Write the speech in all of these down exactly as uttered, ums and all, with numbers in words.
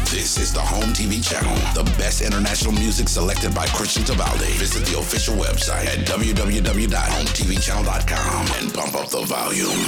This is the Home T V channel, the best international music selected by Christian Tavaldi. Visit the official website at w w w dot home t v channel dot com and pump up the volume.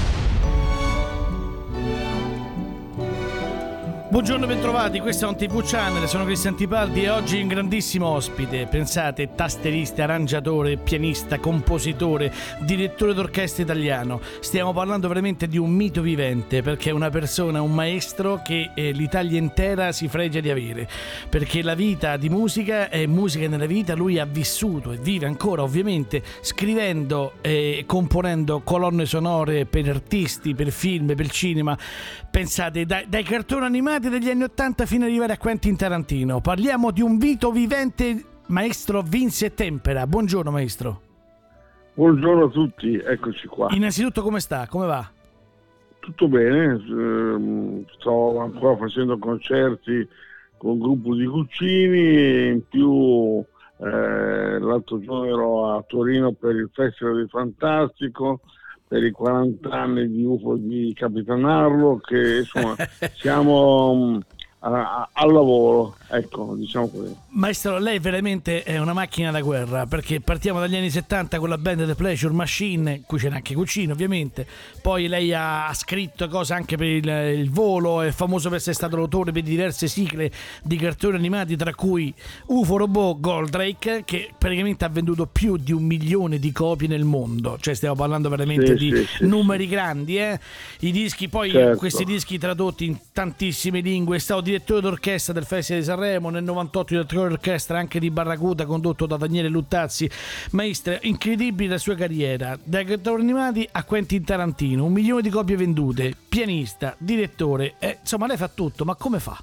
Buongiorno e bentrovati, questo è un T V Channel, sono Cristian Tipaldi e oggi un grandissimo ospite. Pensate, tasterista, arrangiatore, pianista, compositore, direttore d'orchestra italiano. Stiamo parlando veramente di un mito vivente, perché è una persona, un maestro che eh, l'Italia intera si fregia di avere, perché la vita di musica è musica nella vita. Lui ha vissuto e vive ancora ovviamente scrivendo e componendo colonne sonore per artisti, per film, per cinema. Pensate, dai, dai cartoni animati degli anni ottanta fino ad arrivare a Quentin Tarantino. Parliamo di un mito vivente, maestro Vince Tempera. Buongiorno maestro. Buongiorno a tutti, eccoci qua. Innanzitutto come sta? Come va? Tutto bene, sto ancora facendo concerti con un gruppo di cugini e in più eh, l'altro giorno ero a Torino per il Festival del Fantastico, per i quaranta anni di U F O di Capitan Harlock, che insomma siamo a, a, al lavoro, ecco, diciamo così. Maestro, lei veramente è una macchina da guerra, perché partiamo dagli anni settanta con la band The Pleasure Machine, qui c'era anche Cucino ovviamente, poi lei ha scritto cose anche per il, il volo, è famoso per essere stato l'autore per diverse sigle di cartoni animati, tra cui U F O Robot Goldrake, che praticamente ha venduto più di un milione di copie nel mondo, cioè stiamo parlando veramente sì, di sì, sì, numeri sì. grandi, eh? I dischi poi, certo. Questi dischi tradotti in tantissime lingue. È stato direttore d'orchestra del Festival di Sanremo, nel novantotto direttore d'orchestra anche di Barracuda condotto da Daniele Luttazzi. Maestra, incredibile la sua carriera, dai cartoni animati a Quentin Tarantino, un milione di copie vendute, pianista, direttore, eh, insomma lei fa tutto, ma come fa?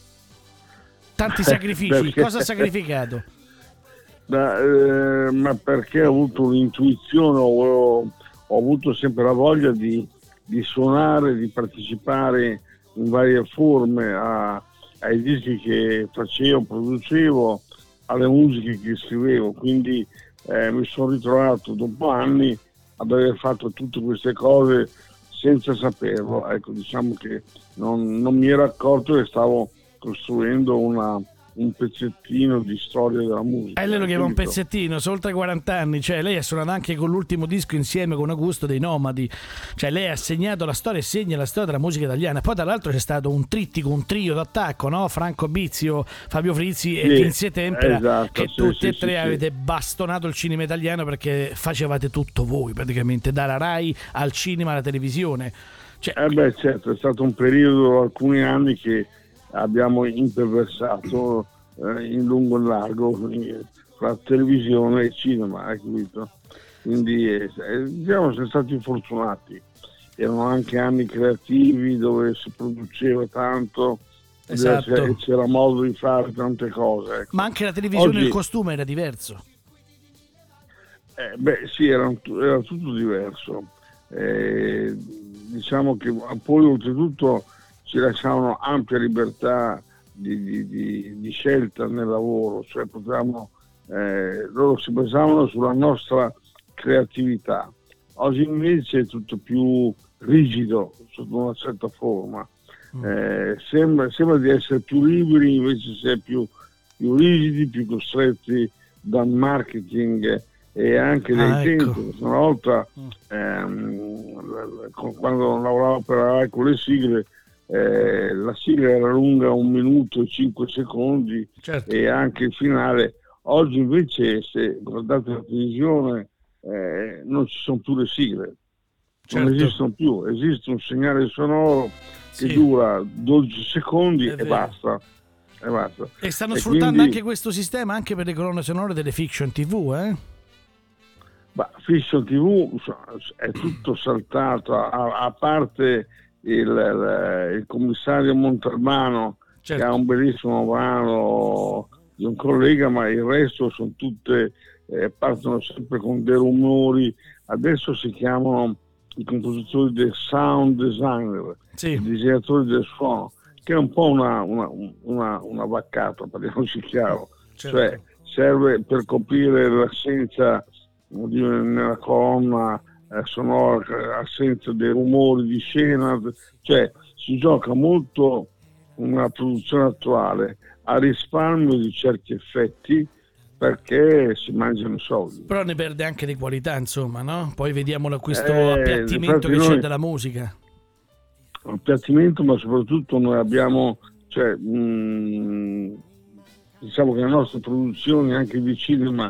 Tanti sacrifici, perché... cosa ha sacrificato? Ma, eh, ma perché ho avuto un'intuizione, ho, ho avuto sempre la voglia di, di suonare, di partecipare in varie forme a, ai dischi che facevo, producevo, alle musiche che scrivevo, quindi eh, mi sono ritrovato dopo anni ad aver fatto tutte queste cose senza saperlo. Ecco, diciamo che non, non mi ero accorto che stavo costruendo una un pezzettino di storia della musica. E lei lo chiama un pezzettino, sono oltre quaranta anni, cioè lei ha suonato anche con l'ultimo disco insieme con Augusto dei Nomadi, cioè lei ha segnato la storia e segna la storia della musica italiana. Poi tra l'altro c'è stato un trittico, un trio d'attacco, no? Franco Bizio, Fabio Frizzi e sì, Vince Tempera, esatto, che sì, tutti sì, e tre sì, avete sì. bastonato il cinema italiano, perché facevate tutto voi praticamente, dalla Rai al cinema alla televisione. Cioè, eh beh certo, è stato un periodo, alcuni anni che abbiamo imperversato eh, in lungo e largo fra televisione e cinema, hai capito? Quindi eh, diciamo siamo stati fortunati, erano anche anni creativi dove si produceva tanto, esatto. e c'era modo di fare tante cose, ecco. Ma anche la televisione, Oggi, il costume era diverso. Eh, beh sì, era, era tutto diverso, eh, diciamo che poi oltretutto ci lasciavano ampia libertà di, di, di, di scelta nel lavoro, cioè potevamo, eh, loro si basavano sulla nostra creatività. Oggi invece è tutto più rigido sotto una certa forma, eh, sembra, sembra di essere più liberi, invece si è più, più rigidi, più costretti dal marketing e anche dai ah, ecco. tempi. Una volta ehm, quando lavoravo per la Rai con le sigle, eh, la sigla era lunga un minuto e cinque secondi, certo. E anche il finale. Oggi invece se guardate la televisione eh, non ci sono più le sigle, certo. Non esistono più, esiste un segnale sonoro che sì. dura dodici secondi e basta. E, basta. E stanno e sfruttando quindi, anche questo sistema anche per le colonne sonore delle fiction tivù, eh? Ma Fiction tivù è tutto saltato, a, a parte il, il, il commissario Montalbano, certo. Che ha un bellissimo brano di un collega, ma il resto sono tutte, eh, partono sempre con dei rumori. Adesso si chiamano i compositori del sound designer, sì. I disegnatori del suono, che è un po' una, una, una, una vaccata, parliamoci chiaro, certo. Cioè serve per coprire l'assenza nella colonna eh, sonora, assenza dei rumori di scena, cioè si gioca molto una produzione attuale a risparmio di certi effetti, perché si mangiano i soldi. Però ne perde anche di qualità, insomma, no? Poi vediamo questo eh, appiattimento che c'è della musica. Appiattimento, ma soprattutto noi abbiamo, cioè, mh, diciamo che le nostre produzioni, anche di cinema,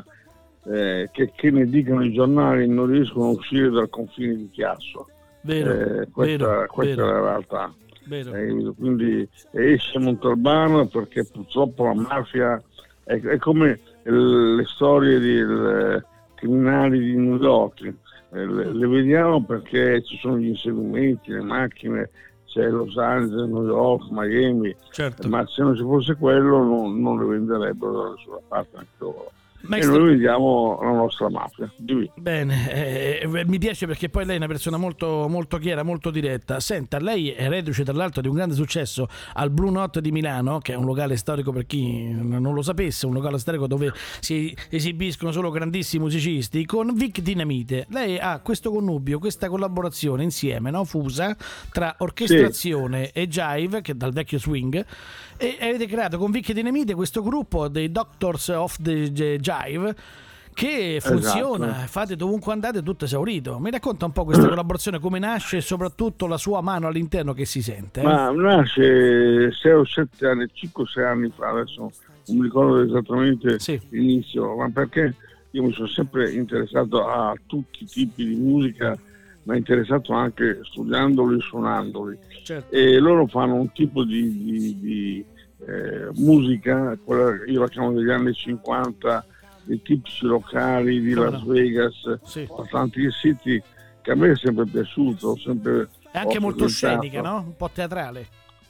eh, che, che ne dicano i giornali, non riescono a uscire dal confine di Chiasso. Vero, eh, questa vero, questa vero. è la realtà. Eh, quindi esce Montalbano, perché purtroppo la mafia è, è come le storie di eh, criminali di New York, eh, le, le vediamo perché ci sono gli inseguimenti, le macchine, c'è Los Angeles, New York, Miami, certo. Ma se non ci fosse quello non, non le venderebbero da nessuna parte anche loro. Maestro... E noi vediamo la nostra mafia. Dimmi. Bene, eh, mi piace perché poi lei è una persona molto, molto chiara, molto diretta. Senta, lei è reduce tra l'altro di un grande successo al Blue Note di Milano, che è un locale storico, per chi non lo sapesse, un locale storico dove si esibiscono solo grandissimi musicisti, con Vic Dinamite. Lei ha questo connubio, questa collaborazione insieme, no? Fusa, tra orchestrazione sì. e jive, che è dal vecchio swing, e avete creato con Vic Dinamite questo gruppo dei Doctors of the Jive che funziona, esatto. Fate dovunque andate tutto esaurito. Mi racconta un po' questa collaborazione, come nasce e soprattutto la sua mano all'interno che si sente? Eh? Ma nasce sei o sette anni, cinque o sei anni fa, adesso non mi ricordo esattamente sì. l'inizio, ma perché io mi sono sempre interessato a tutti i tipi di musica, ma interessato anche studiandoli e suonandoli. Certo. E loro fanno un tipo di, di, di eh, musica, quella, io la chiamo degli anni cinquanta, dei tipici locali di Las no. Vegas, sì. Atlantic City, che a me è sempre piaciuto, sempre è anche molto scenica, no? Un po' teatrale.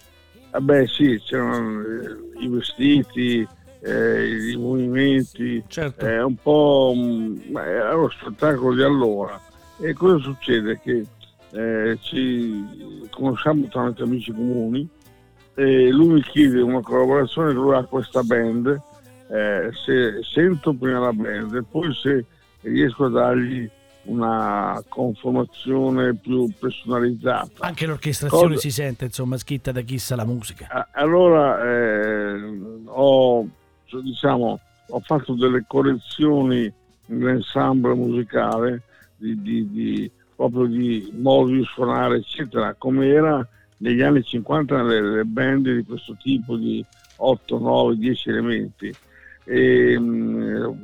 Eh beh sì, c'erano eh, i vestiti, eh, i movimenti, certo. È un po' mh, era lo spettacolo di allora. E cosa succede? Che eh, ci conosciamo tramite amici comuni e lui mi chiede una collaborazione, lui ha questa band, eh, se sento prima la band e poi se riesco a dargli una conformazione più personalizzata. Anche l'orchestrazione cosa... si sente, insomma, scritta da chi sa la musica. Allora eh, ho, diciamo, ho fatto delle correzioni nell'ensemble musicale, Di, di, di proprio di modi di suonare eccetera, come era negli anni cinquanta le, le band di questo tipo di otto, nove, dieci elementi, e mh,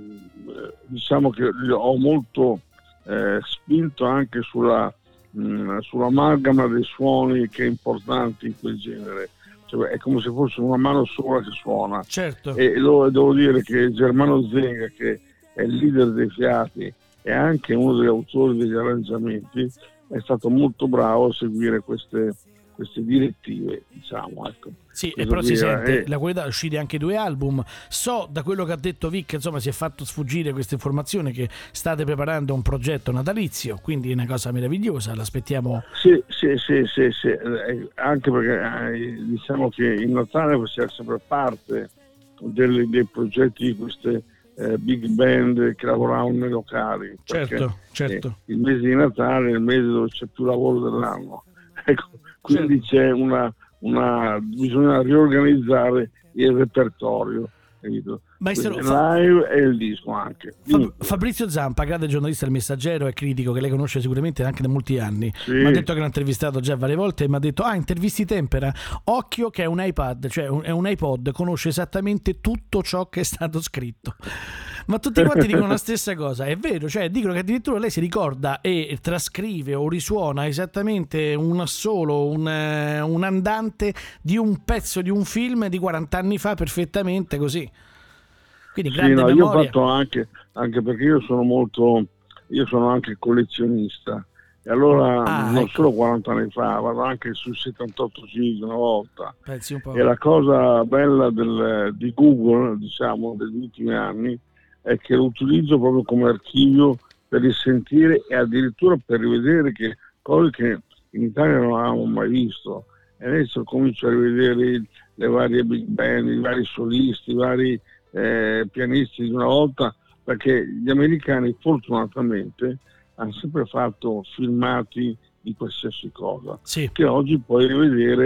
diciamo che ho molto eh, spinto anche sulla mh, sull'amalgama dei suoni che è importante in quel genere, cioè, è come se fosse una mano sola che suona, certo. E lo, devo dire che Germano Zenga, che è il leader dei Fiati e anche uno degli autori degli arrangiamenti, è stato molto bravo a seguire queste, queste direttive, diciamo, ecco. Sì, e però si sente eh. la qualità, usciti anche due album. So da quello che ha detto Vic, insomma, si è fatto sfuggire questa informazione che state preparando un progetto natalizio, quindi è una cosa meravigliosa, l'aspettiamo. Sì, sì, sì, sì, sì. Anche perché eh, diciamo che il Natale sia sempre parte delle, dei progetti di queste Eh, big band che lavoravano nei locali, certo, certo. Eh, il mese di Natale è il mese dove c'è più lavoro dell'anno, ecco, quindi certo. C'è una, una bisogna riorganizzare il repertorio, capito? Maestro, il live fa... e il disco anche. Fa... Fabrizio Zampa, grande giornalista del Messaggero e critico che lei conosce sicuramente anche da molti anni, sì. Mi ha detto che l'ha intervistato già varie volte e mi ha detto ah, intervisti Tempera, occhio che è un iPad, cioè un, è un iPod, conosce esattamente tutto ciò che è stato scritto. Ma tutti quanti dicono la stessa cosa, è vero, cioè dicono che addirittura lei si ricorda e trascrive o risuona esattamente un assolo, un, un andante di un pezzo di un film di quaranta anni fa perfettamente così. Quindi grande sì, no, memoria. Io ho fatto anche, anche perché io sono molto, io sono anche collezionista e allora ah, non ecco. solo quaranta anni fa, vado anche su settantotto gig una volta. Pensi un po'. E la cosa bella del, di Google, diciamo, degli ultimi anni è che lo utilizzo proprio come archivio per risentire e addirittura per rivedere che cose che in Italia non avevamo mai visto. E adesso comincio a rivedere le varie big band, i vari solisti, i vari Eh, pianisti di una volta, perché gli americani fortunatamente hanno sempre fatto filmati di qualsiasi cosa, sì. che oggi puoi rivedere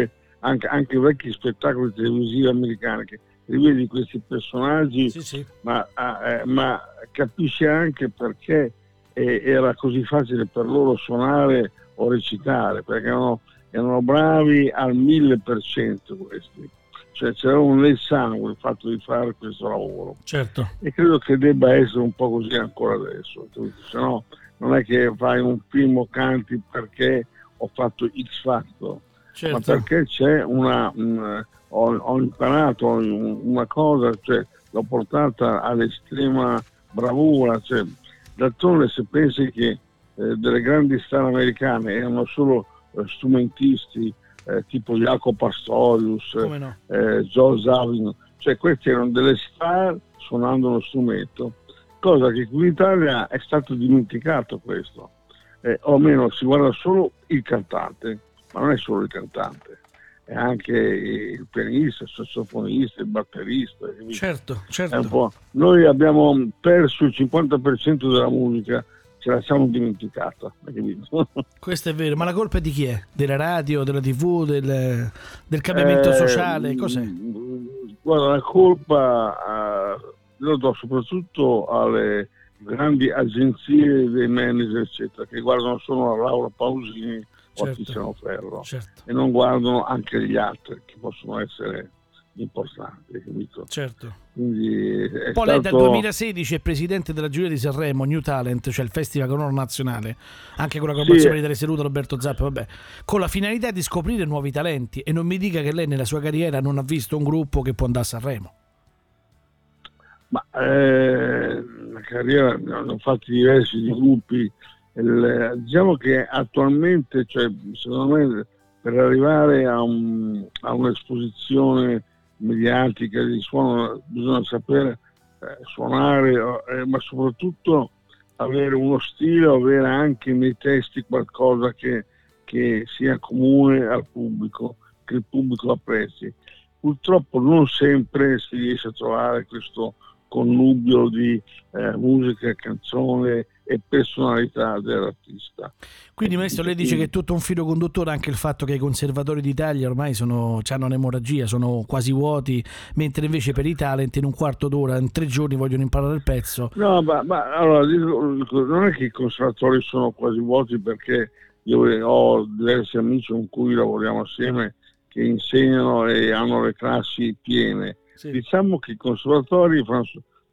anche, anche vecchi spettacoli televisivi americani, che rivedi questi personaggi, sì, sì. Ma, eh, ma capisci anche perché eh, era così facile per loro suonare o recitare, perché erano, erano bravi al mille per cento questi, cioè c'era nel sangue il fatto di fare questo lavoro. Certo. E credo che debba essere un po' così ancora adesso, se no non è che fai un film o canti perché ho fatto X Factor, certo. ma perché c'è una, una ho, ho imparato una cosa, cioè l'ho portata all'estrema bravura, cioè, d'altronde se pensi che eh, delle grandi star americane erano solo eh, strumentisti eh, tipo Jacopo Pastorius, no? eh, Joe Zawinul, cioè questi erano delle star suonando uno strumento, cosa che qui in Italia è stato dimenticato questo, eh, o almeno si guarda solo il cantante, ma non è solo il cantante, è anche il pianista, il sassofonista, il batterista. Certo, certo. È un po'. Noi abbiamo perso il cinquanta per cento della musica, ce la siamo dimenticata. Questo è vero, ma la colpa è di chi è? Della radio, della tivù, del, del cambiamento eh, sociale? Cos'è? Guarda, la colpa uh, lo do soprattutto alle grandi agenzie dei manager, eccetera, che guardano solo a Laura Pausini, certo, o Tiziano Ferro, certo, e non guardano anche gli altri che possono essere importanti, capito? Certo. Quindi è Poi lei stato... dal duemilasedici è presidente della giuria di Sanremo New Talent, cioè il festival con onore nazionale, anche con la collaborazione sì. di Teresa Luta, Roberto Zappa, vabbè, con la finalità di scoprire nuovi talenti. E non mi dica che lei nella sua carriera non ha visto un gruppo che può andare a Sanremo. Ma eh, la carriera, ne hanno fatti diversi di gruppi. Il, diciamo che attualmente, cioè, secondo me, per arrivare a, un, a un'esposizione mediatica di suono bisogna sapere eh, suonare, eh, ma soprattutto avere uno stile, avere anche nei testi qualcosa che, che sia comune al pubblico, che il pubblico apprezzi. Purtroppo non sempre si riesce a trovare questo connubio di eh, musica, canzone e personalità dell'artista. Quindi maestro, lei dice che è tutto un filo conduttore anche il fatto che i conservatori d'Italia ormai sono, hanno un'emorragia, sono quasi vuoti, mentre invece per i talent in un quarto d'ora, in tre giorni vogliono imparare il pezzo. No, ma, ma allora non è che i conservatori sono quasi vuoti, perché io ho diversi amici con cui lavoriamo assieme che insegnano e hanno le classi piene. Sì. Diciamo che i conservatori fanno,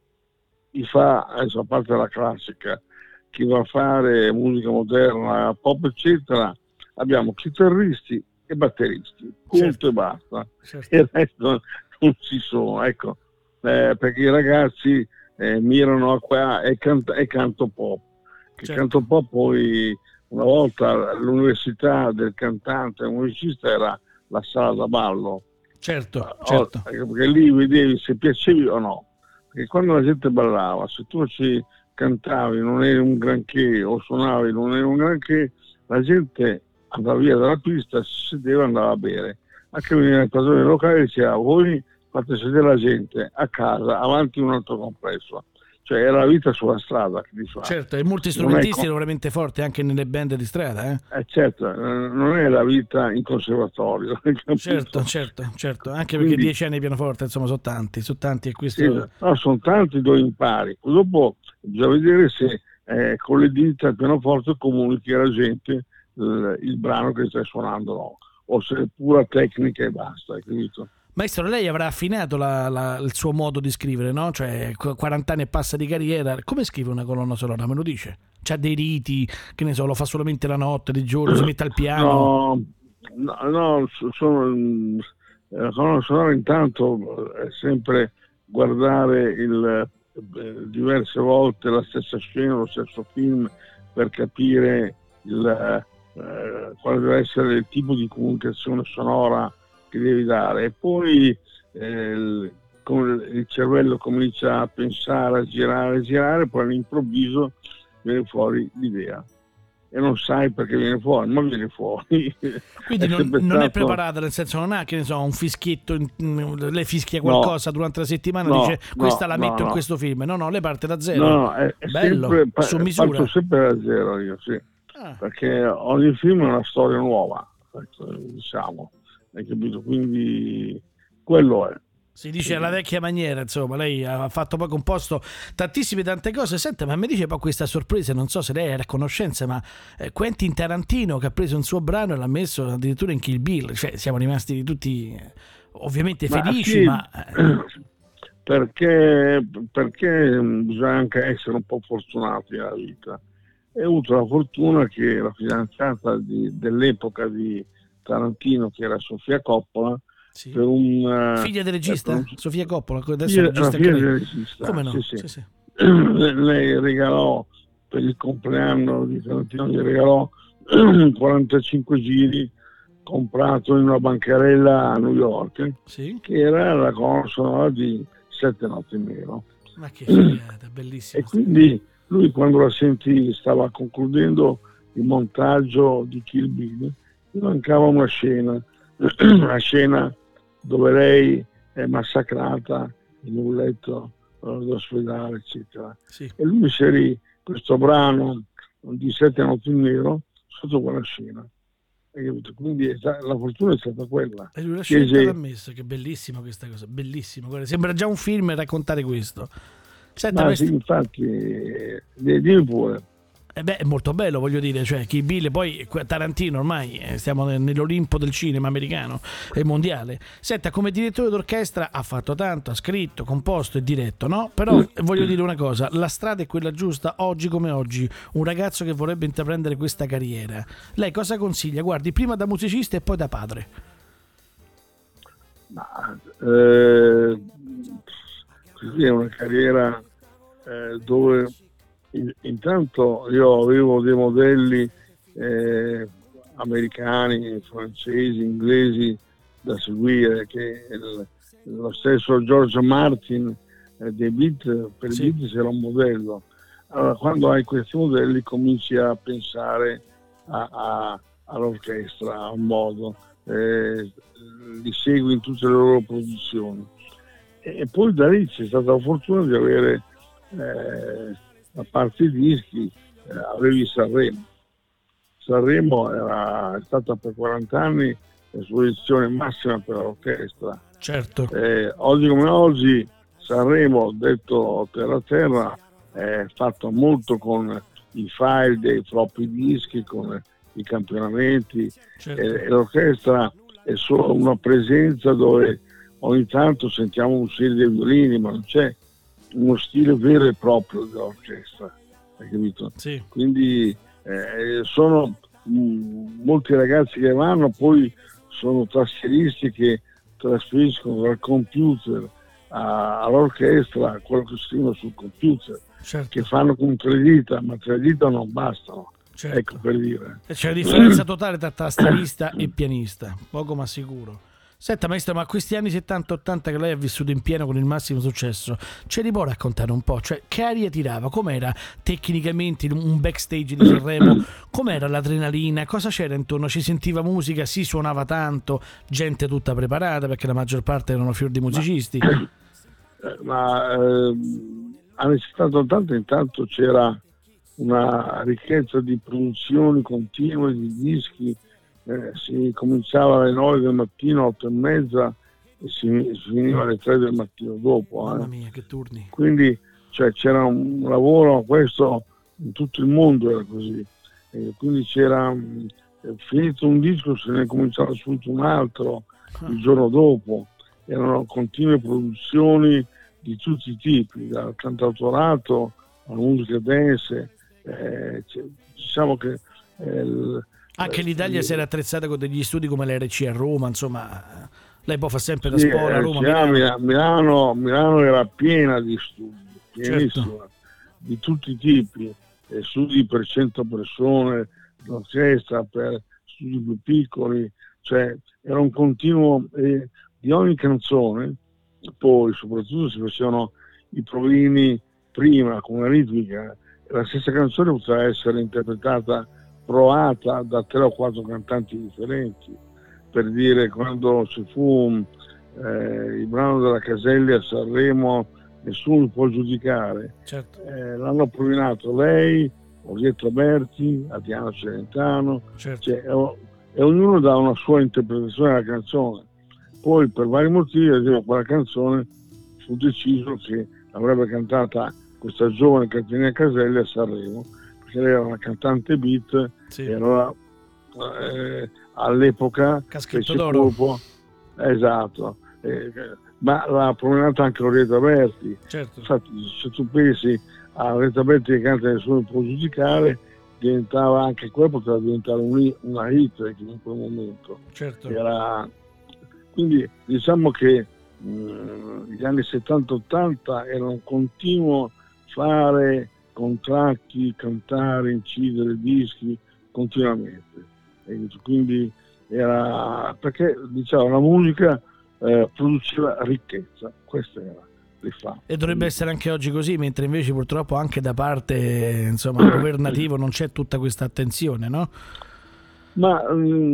li fa, adesso a parte la classica, chi va a fare musica moderna, pop eccetera, abbiamo chitarristi e batteristi, punto, certo, e basta, certo. E il resto non ci sono, ecco, eh, perché i ragazzi eh, mirano a qua e, canta, e canto pop, che certo. Canto pop poi una volta l'università del cantante, il musicista era la sala da ballo. Certo, certo. Perché lì vedevi se piacevi o no, perché quando la gente ballava, se tu ci cantavi non eri un granché o suonavi non eri un granché, la gente andava via dalla pista, si sedeva e andava a bere. Anche nel padrone locale diceva: voi fate sedere la gente a casa avanti un altro complesso, cioè era la vita sulla strada che ti fa. Certo, e molti strumentisti erano veramente forti anche nelle band di strada, eh? eh certo, non è la vita in conservatorio. Certo, certo, certo, anche perché Quindi, dieci anni di pianoforte, insomma, sono tanti, sono tanti e questo... Sì, no, sono tanti dove impari. Dopo bisogna vedere se eh, con le dita il pianoforte comunichi alla gente il, il brano che stai suonando, no? O se è pura tecnica e basta, hai capito? Maestro, lei avrà affinato la, la, il suo modo di scrivere, no? Cioè, quaranta anni e passa di carriera, come scrive una colonna sonora? Me lo dice? C'ha dei riti, che ne so, lo fa solamente la notte, di giorno, si mette al piano? No, no, no sono, la colonna sonora intanto è sempre guardare il, eh, diverse volte la stessa scena, lo stesso film, per capire il, eh, quale deve essere il tipo di comunicazione sonora che devi dare, e poi eh, il, il cervello comincia a pensare, a girare, a girare, poi all'improvviso viene fuori l'idea e non sai perché viene fuori, ma viene fuori. Quindi non, non stato... è preparata, nel senso non ha, che ne so, un fischietto, lei fischia qualcosa no, durante la settimana, no, dice questa no, la metto no, in no. questo film, no no, lei parte da zero. No, no, è, è bello, sempre, su misura. Parto sempre da zero io, sì, ah. Perché ogni film è una storia nuova, diciamo. hai capito? Quindi quello è. Si dice alla vecchia maniera, insomma, lei ha fatto poi composto tantissime tante cose. Senta, ma mi dice poi questa sorpresa, non so se lei era a conoscenza, ma eh, Quentin Tarantino che ha preso un suo brano e l'ha messo addirittura in Kill Bill, cioè siamo rimasti tutti eh, ovviamente ma felici, sì, ma... Eh. Perché, perché bisogna anche essere un po' fortunati nella vita. E ho avuto la fortuna che la fidanzata di, dell'epoca di Tarantino, che era Sofia Coppola, Sì. per un, figlia del regista? un, Sofia Coppola, adesso figlia, è regista la figlia anche del lei. regista. Come no? Sì, sì. Sì, sì. Lei regalò per il compleanno di Tarantino, gli regalò quarantacinque giri comprato in una bancarella a New York, sì? che era la colonna sonora di Sette notti in nero. Ma che figata, bellissima. E quindi lui, quando la sentì, stava concludendo il montaggio di Kill Bill, gli mancava una scena, una scena dove lei è massacrata in un letto d'ospedale, eccetera. Sì. E lui inserì questo brano di Sette notti in nero sotto quella scena. Quindi la fortuna è stata quella. E lui la scelta l'ha messa, che bellissima questa cosa, bellissima. Guarda, sembra già un film raccontare questo. Senta, Ma quest... sì, infatti, dimmi pure. Eh beh, è molto bello, voglio dire, cioè Kill Bill, poi Tarantino ormai eh, stiamo nell'Olimpo del cinema americano e mondiale. Senta, come direttore d'orchestra ha fatto tanto, ha scritto, composto e diretto, no? Però voglio dire una cosa, la strada è quella giusta oggi come oggi, un ragazzo che vorrebbe intraprendere questa carriera. Lei cosa consiglia? Guardi, prima da musicista e poi da padre. Ma, eh, così è una carriera eh, dove intanto io avevo dei modelli eh, americani, francesi, inglesi da seguire, che il, lo stesso George Martin eh, dei Beatles, per i sì. Beatles era un modello. Allora, quando hai questi modelli cominci a pensare a, a, all'orchestra, a un modo, eh, li segui in tutte le loro produzioni. E, e poi da lì c'è stata la fortuna di avere eh, a parte i dischi, eh, avevi Sanremo. Sanremo era è stata per quaranta anni l'esposizione massima per l'orchestra. Certo. Eh, oggi come oggi Sanremo, detto terra terra, è fatto molto con i file dei floppy dischi, con i campionamenti. Certo. E, e l'orchestra è solo una presenza dove ogni tanto sentiamo un stile dei violini, ma non c'è uno stile vero e proprio dell'orchestra, hai capito? Sì. Quindi eh, sono mh, molti ragazzi che vanno, poi sono tastieristi che trasferiscono dal computer a, all'orchestra quello che scrivono sul computer, certo. che fanno con tre dita, ma tre dita non bastano. Certo. Ecco, per dire. C'è una differenza totale tra tastierista e pianista, poco ma sicuro. Senta maestro, ma questi anni settanta ottanta che lei ha vissuto in pieno con il massimo successo, ce li può raccontare un po'? Cioè, che aria tirava? Com'era tecnicamente un backstage di Sanremo? Com'era l'adrenalina? Cosa c'era intorno? Ci sentiva musica? Si suonava tanto? Gente tutta preparata, perché la maggior parte erano fior di musicisti. Ma, ma eh, anni settanta ottanta intanto c'era una ricchezza di produzioni continue, di dischi. Eh, si cominciava alle nove del mattino, otto e mezza e si, si finiva alle tre del mattino dopo. Mamma eh. mia, che turni! Quindi cioè, c'era un lavoro, questo in tutto il mondo era così. E quindi c'era eh, finito un disco, se ne cominciava subito un altro il giorno dopo. Erano continue produzioni di tutti i tipi, dal cantautorato alla musica dance. Eh, diciamo che eh, anche l'Italia eh, si era attrezzata con degli studi come l'R C a Roma, insomma, lei poi fa sempre da sì, spola a Roma. Milano. Milano, Milano era piena di studi, pienissima, certo. Di tutti i tipi, eh, studi per cento persone, l'orchestra per studi più piccoli, cioè era un continuo eh, di ogni canzone. Poi soprattutto si facevano i provini prima con la ritmica, la stessa canzone poteva essere interpretata, provata da tre o quattro cantanti differenti. Per dire, quando ci fu eh, il brano della Caselli a Sanremo, nessuno può giudicare. Certo. Eh, l'hanno provinato lei, Orietta Berti, Adriano Celentano, certo. Cioè, e ognuno dà una sua interpretazione della canzone. Poi per vari motivi, ad esempio, quella canzone fu deciso che l'avrebbe cantata questa giovane Caterina Caselli a Sanremo, perché lei era una cantante beat, sì. era eh, all'epoca Caschetto d'oro. Colpo, esatto, eh, ma l'ha promenata anche Orietta Berti. Certo. Infatti, se tu pensi a Orietta Berti che canta Nessuno può giudicare, diventava anche quello, poteva diventare un, una hit in quel momento. Certo. Era, quindi diciamo che mh, gli anni settanta ottanta erano un continuo fare contratti, cantare, incidere dischi continuamente, e quindi era perché diciamo la musica eh, produceva ricchezza, questo era il fatto. E dovrebbe essere anche oggi così, mentre invece purtroppo anche da parte insomma governativo non c'è tutta questa attenzione, no? Ma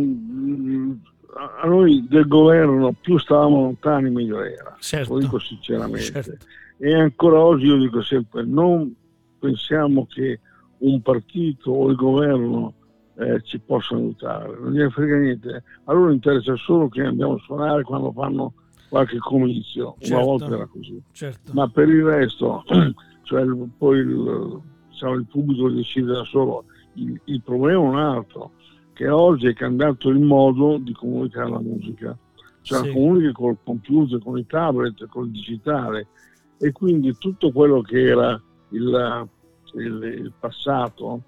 mh, a noi del governo più stavamo lontani meglio era, certo. Lo dico sinceramente, certo. E ancora oggi io dico sempre, non pensiamo che un partito o il governo eh, ci possano aiutare, non gli frega niente, a loro interessa solo che andiamo a suonare quando fanno qualche comizio, certo. Una volta era così, certo. Ma per il resto, cioè il, poi il, diciamo, il pubblico decide da solo. Il, il problema è un altro, che oggi è cambiato il modo di comunicare la musica, cioè sì. comunica col computer, con i tablet, col digitale, e quindi tutto quello che era il, il, il passato,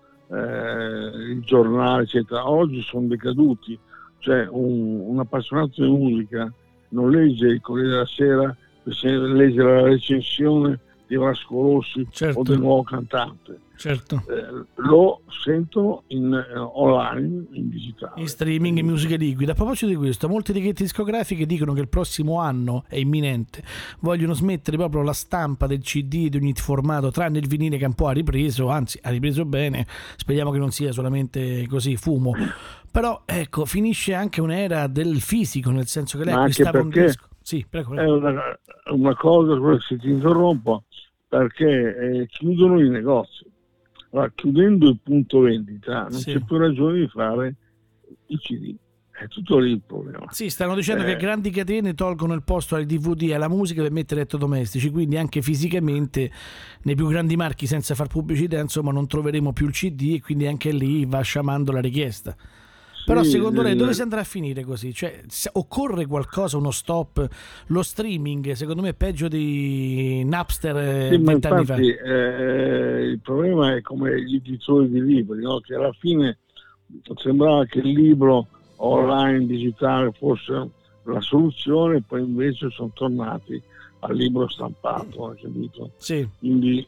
eh, il giornale eccetera, oggi sono decaduti, cioè un, un appassionato di musica non legge il Corriere della Sera per leggere la recensione di Vasco Rossi certo. o del nuovo cantante. Certo. Eh, lo sentono in, eh, online, in digitale. In streaming e musica liquida. A proposito di questo, molte etichette discografiche dicono che il prossimo anno è imminente. Vogliono smettere proprio la stampa del C D di ogni formato, tranne il vinile che un po' ha ripreso, anzi ha ripreso bene. Speriamo che non sia solamente così fumo. Però ecco, finisce anche un'era del fisico, nel senso che lei Ma acquistava un disco. Sì, prego, prego. È una, una cosa, se ti interrompo, perché eh, chiudono i negozi. Allora, chiudendo il punto vendita non sì. c'è più ragione di fare i C D, è tutto lì il problema. Sì, stanno dicendo eh. che grandi catene tolgono il posto ai D V D e alla musica per mettere elettrodomestici, quindi anche fisicamente nei più grandi marchi, senza far pubblicità, insomma non troveremo più il C D, e quindi anche lì va sciamando la richiesta. Però secondo lei dove si andrà a finire così? Cioè, occorre qualcosa, uno stop? Lo streaming secondo me è peggio di Napster sì, vent'anni fa. Eh, il problema è come gli editori di libri, no? Che alla fine sembrava che il libro online digitale fosse la soluzione, poi invece sono tornati al libro stampato, capito? Sì. Quindi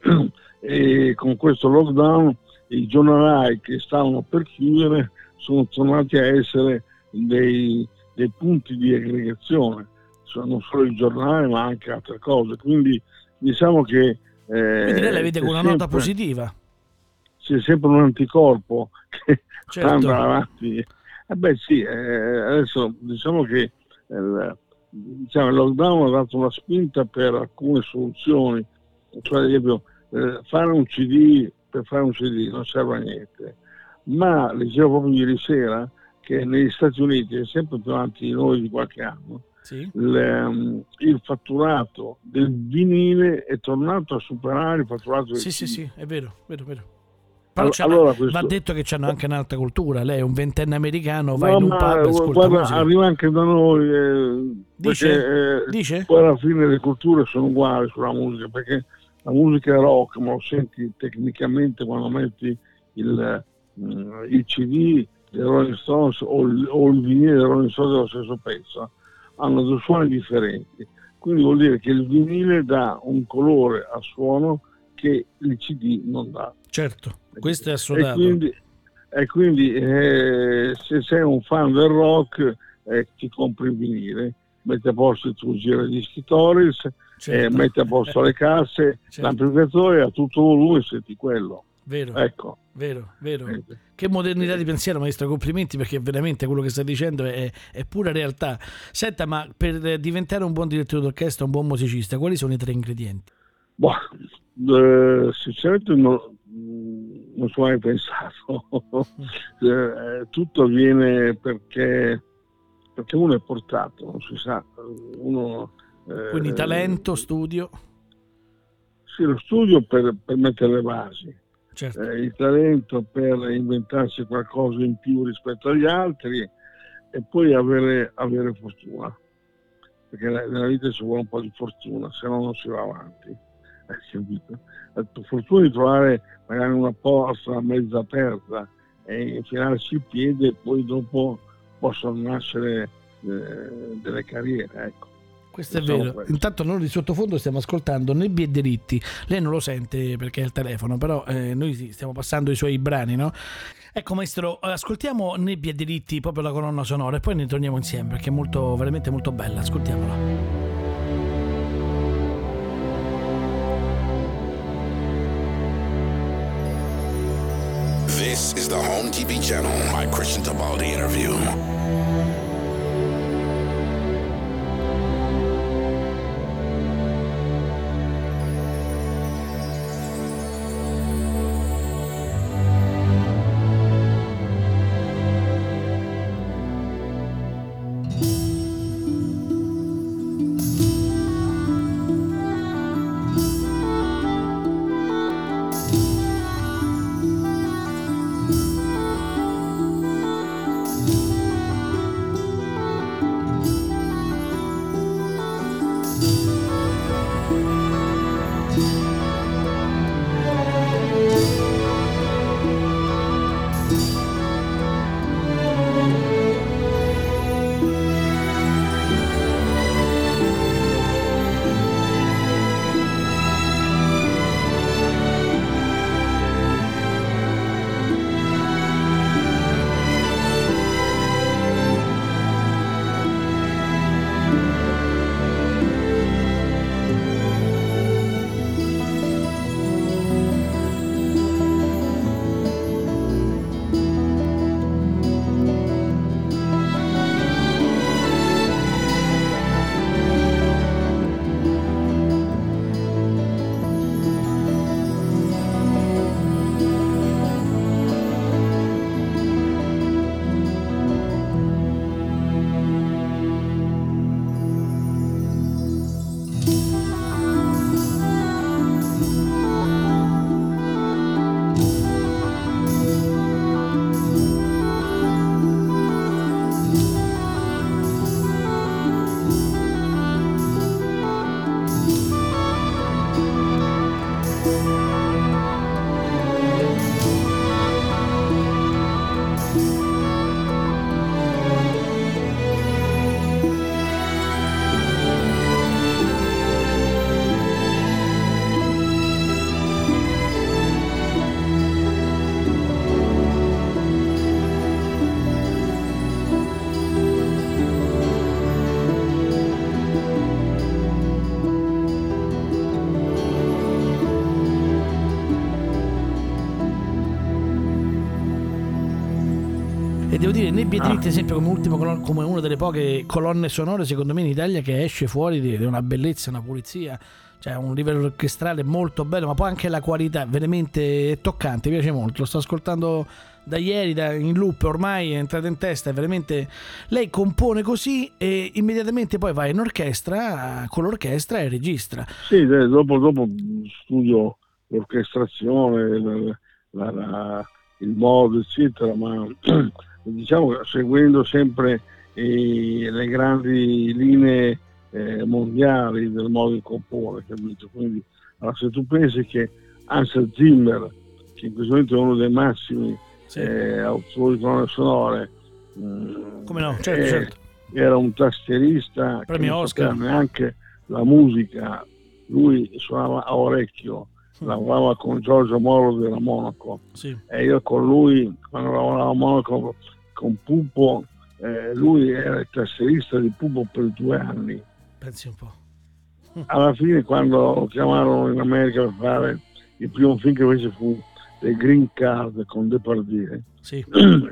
e con questo lockdown i giornali che stavano per chiudere sono tornati a essere dei, dei punti di aggregazione, cioè non solo il giornale ma anche altre cose, quindi diciamo che eh, quindi lei la vede con una sempre, nota positiva, c'è sempre un anticorpo che certo. andrà avanti. Eh beh sì, eh, adesso diciamo che eh, diciamo, il lockdown ha dato una spinta per alcune soluzioni, cioè ad esempio eh, fare un C D per fare un C D non serve a niente. Ma leggevo proprio ieri sera che negli Stati Uniti, è sempre più avanti di noi di qualche anno, sì. il, um, il fatturato del vinile è tornato a superare il fatturato del sì C D. sì sì è vero vero vero però allora, questo... va detto che hanno anche un'altra cultura. Lei è un ventenne americano, va no, in un pub e ascolta guarda, musica. arriva anche da noi eh, dice? Perché, eh, dice? Poi alla fine le culture sono uguali sulla musica, perché la musica è rock, ma lo senti tecnicamente quando metti il il C D dei Rolling Stones o il, o il vinile dei Rolling Stones dello stesso pezzo, hanno due suoni differenti, quindi vuol dire che il vinile dà un colore al suono che il C D non dà. Certo, questo è assodato. E quindi, e quindi eh, se sei un fan del rock eh, ti compri il vinile, metti a posto il tuo giradischi Torres, certo. eh, metti a posto le casse, certo. l'amplificatore a tutto volume, senti quello. Vero, ecco. vero, vero. Che modernità di pensiero, maestro, complimenti, perché veramente quello che sta dicendo è, è pura realtà. Senta, ma per diventare un buon direttore d'orchestra, un buon musicista, quali sono i tre ingredienti? Boh, eh, sinceramente no, non ci ho mai pensato. eh, tutto avviene perché, perché uno è portato, non si sa. Uno, eh, Quindi talento, studio? Sì, lo studio per, per mettere le basi, certo. eh, il talento per inventarsi qualcosa in più rispetto agli altri e poi avere, avere fortuna, perché nella vita ci vuole un po' di fortuna, se no non si va avanti. La fortuna di trovare magari una porta mezza aperta e infilarsi il piede e poi dopo possono nascere eh, delle carriere, ecco. Questo è vero. Questo. Intanto noi di sottofondo stiamo ascoltando Nebbie e Delitti. Lei non lo sente perché è il telefono, però eh, noi stiamo passando i suoi brani, no? Ecco maestro, ascoltiamo Nebbie e Delitti, proprio la colonna sonora, e poi ne torniamo insieme perché è molto, veramente molto bella. Ascoltiamola. This is the Home T V channel, my Christian Tabaldi interview. E devo dire, Nebbie e Delitti, sempre come ultimo colon- come una delle poche colonne sonore secondo me in Italia che esce fuori di, di una bellezza, una pulizia, cioè un livello orchestrale molto bello, ma poi anche la qualità veramente toccante, mi piace molto. Lo sto ascoltando da ieri, da, in loop, ormai è entrata in testa, è veramente. Lei compone così e immediatamente poi va in orchestra con l'orchestra e registra. Sì, dopo, dopo studio l'orchestrazione, la, la, la, il modo, eccetera, ma diciamo seguendo sempre eh, le grandi linee eh, mondiali del modo di comporre, capito? Quindi allora, se tu pensi che Hans Zimmer, che in questo momento è uno dei massimi sì. eh, autori di colonne sonore, mh, come no, certo, eh, certo. era un tastierista premio che non Oscar, sapeva neanche la musica, lui suonava a orecchio, lavorava con Giorgio Moro della Monaco, sì. E io con lui, quando lavoravo a Monaco con Pupo, eh, lui era il tastierista di Pupo per due anni. Pensi un po'. Alla fine, quando lo chiamarono in America per fare il primo film che fece fu The Green Card con Depardieu, sì.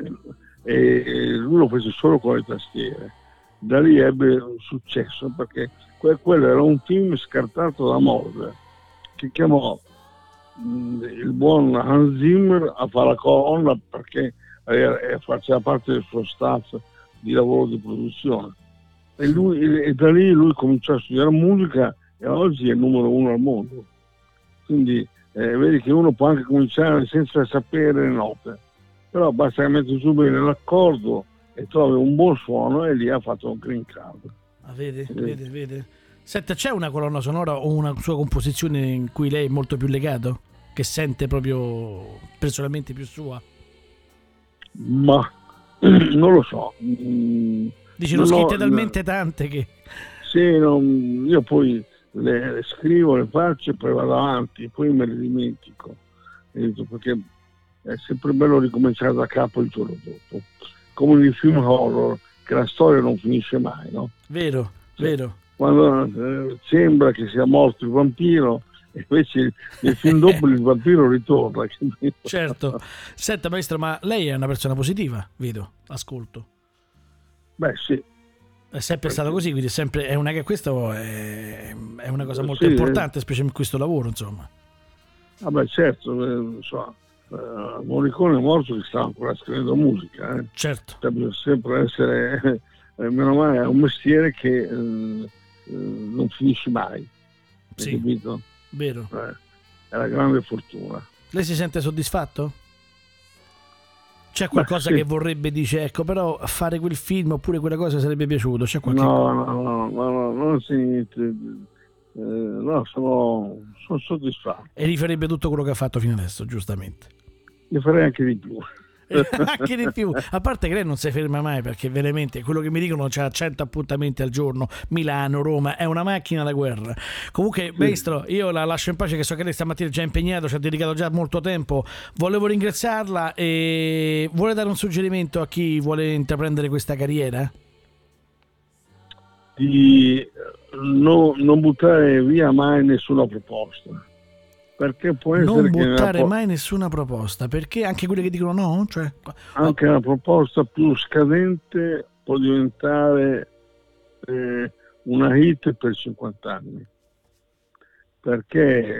E lui lo fece solo con le tastiere. Da lì ebbe un successo perché quello era un film scartato da Mose, che chiamò il buon Hans Zimmer a fare la colonna perché eh, faceva parte del suo staff di lavoro di produzione. E, lui, e da lì lui cominciò a studiare musica e oggi è il numero uno al mondo. Quindi eh, vedi che uno può anche cominciare senza sapere le note, però basta che metti giù bene l'accordo e trovi un buon suono e lì ha fatto un green card. Ah, vede, sì. vede, vede. Senta, c'è una colonna sonora o una sua composizione in cui lei è molto più legato? Che sente proprio personalmente più sua? Ma non lo so. Dici, ne ho scritte talmente tante che... Sì, non, io poi le, le scrivo, le faccio e poi vado avanti, poi me le dimentico. Perché è sempre bello ricominciare da capo il giorno dopo. Come nei film horror, che la storia non finisce mai, no? Vero, cioè, vero. Quando eh, sembra che sia morto il vampiro, invece nel film dopo il vampiro ritorna. Certo. Senta maestro, ma lei è una persona positiva, vedo, ascolto. Beh sì. È sempre stato così, quindi è sempre è una, questo è, è una cosa molto sì, importante, eh. specie in questo lavoro, insomma. Vabbè, certo, eh, so, eh, Morricone è morto che stava ancora scrivendo musica. Eh. Certo. Deve sempre essere, eh, meno male, è un mestiere che eh, eh, non finisce mai. Sì, capito? Vero. Eh, è la grande fortuna. Lei si sente soddisfatto? C'è qualcosa Beh, sì. che vorrebbe, dice, ecco, però fare quel film oppure quella cosa sarebbe piaciuto? C'è qualche no, cosa? no, no, no, no, non si niente. Eh, no, sono, sono soddisfatto. E rifarebbe tutto quello che ha fatto fino adesso, giustamente. Ne farei anche di più. Anche di più, a parte che lei non si ferma mai, perché veramente quello che mi dicono c'ha cento appuntamenti al giorno, Milano, Roma, è una macchina da guerra. Comunque, sì. Maestro, io la lascio in pace, che so che lei stamattina è già impegnato, ci ha dedicato già molto tempo. Volevo ringraziarla e vuole dare un suggerimento a chi vuole intraprendere questa carriera? Di no, non buttare via mai nessuna proposta. Perché può essere non che buttare po- mai nessuna proposta, perché anche quelle che dicono no, cioè... anche la proposta più scadente può diventare eh, una hit per cinquanta anni, perché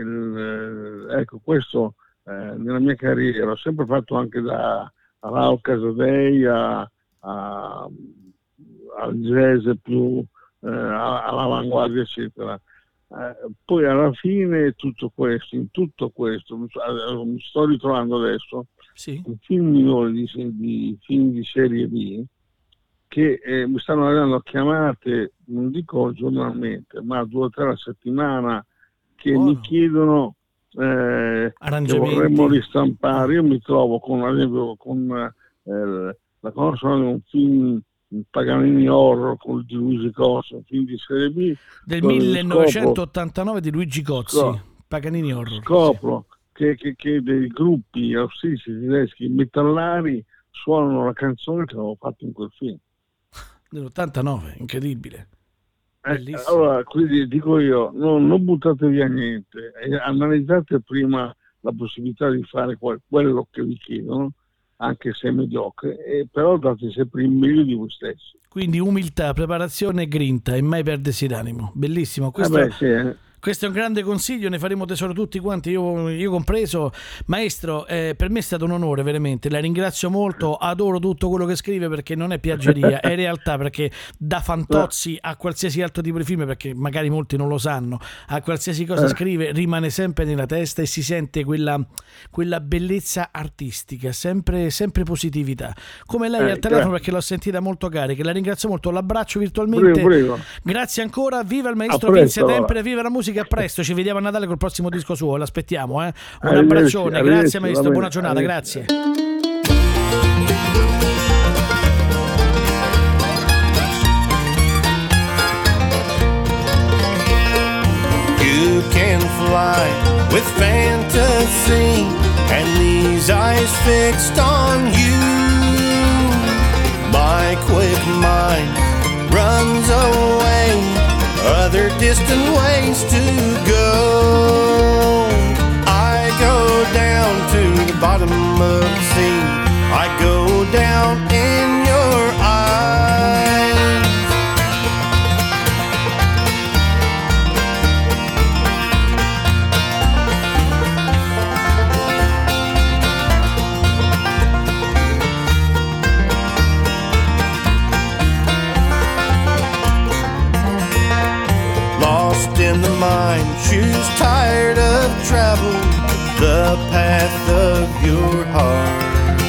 il, ecco, questo eh, nella mia carriera ho sempre fatto, anche da Raul Casadei a, a, al jazz più eh, all'avanguardia, eccetera. Eh, poi alla fine tutto questo, in tutto questo mi sto ritrovando adesso sì. in film minori di, di film di serie B che eh, mi stanno arrivando chiamate, non dico giornalmente, ma due o tre alla settimana, che oh. mi chiedono eh, che vorremmo ristampare. Io mi trovo con, ad esempio, con eh, la conoscenza di un film Paganini Horror con di Luigi Cozzi, un film di serie B del millenovecentottantanove di Luigi Cozzi, scopro, Paganini Horror. Scopro sì. che, che, che dei gruppi austriaci tedeschi metallari suonano la canzone che avevo fatto in quel film dell'ottantanove, incredibile. Eh, allora, quindi dico io, no, non buttate via niente, eh, analizzate prima la possibilità di fare quel, quello che vi chiedono, anche se è mediocre, e però date sempre il meglio di voi stessi. Quindi umiltà, preparazione e grinta e mai perdersi d'animo. Bellissimo. Questo, eh beh, sì, eh. questo è un grande consiglio, ne faremo tesoro tutti quanti, io, io compreso. Maestro, eh, per me è stato un onore, veramente. La ringrazio molto, adoro tutto quello che scrive, perché non è piaggeria, è realtà, perché da Fantozzi a qualsiasi altro tipo di film, perché magari molti non lo sanno, a qualsiasi cosa eh. scrive rimane sempre nella testa e si sente quella, quella bellezza artistica, sempre, sempre positività. Come lei eh, al telefono, eh. perché l'ho sentita molto carica. La ringrazio molto, l'abbraccio virtualmente. Prego, prego. Grazie ancora, viva il maestro presto, Vince Tempera, allora. viva la musica. A presto, ci vediamo a Natale col prossimo disco suo, l'aspettiamo, eh? Un Arrivederci, abbraccione, arrivederci, grazie maestro, buona giornata, arrivederci. grazie. You can fly with fantasy and these eyes fixed on you. My quick mind runs away other distant ways to go. I go down to the bottom of the sea. I go down in your eyes. mind, shoes tired of travel, the path of your heart.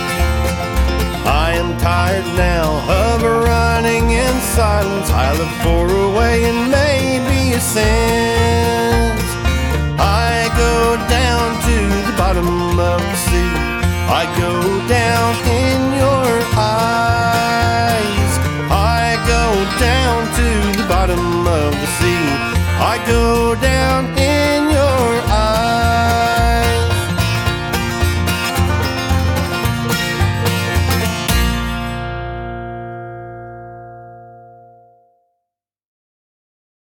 I am tired now of running in silence. I look for a way and maybe a sense. I go down to the bottom of the sea. I go down in your eyes. I go down to the bottom of the sea. I go down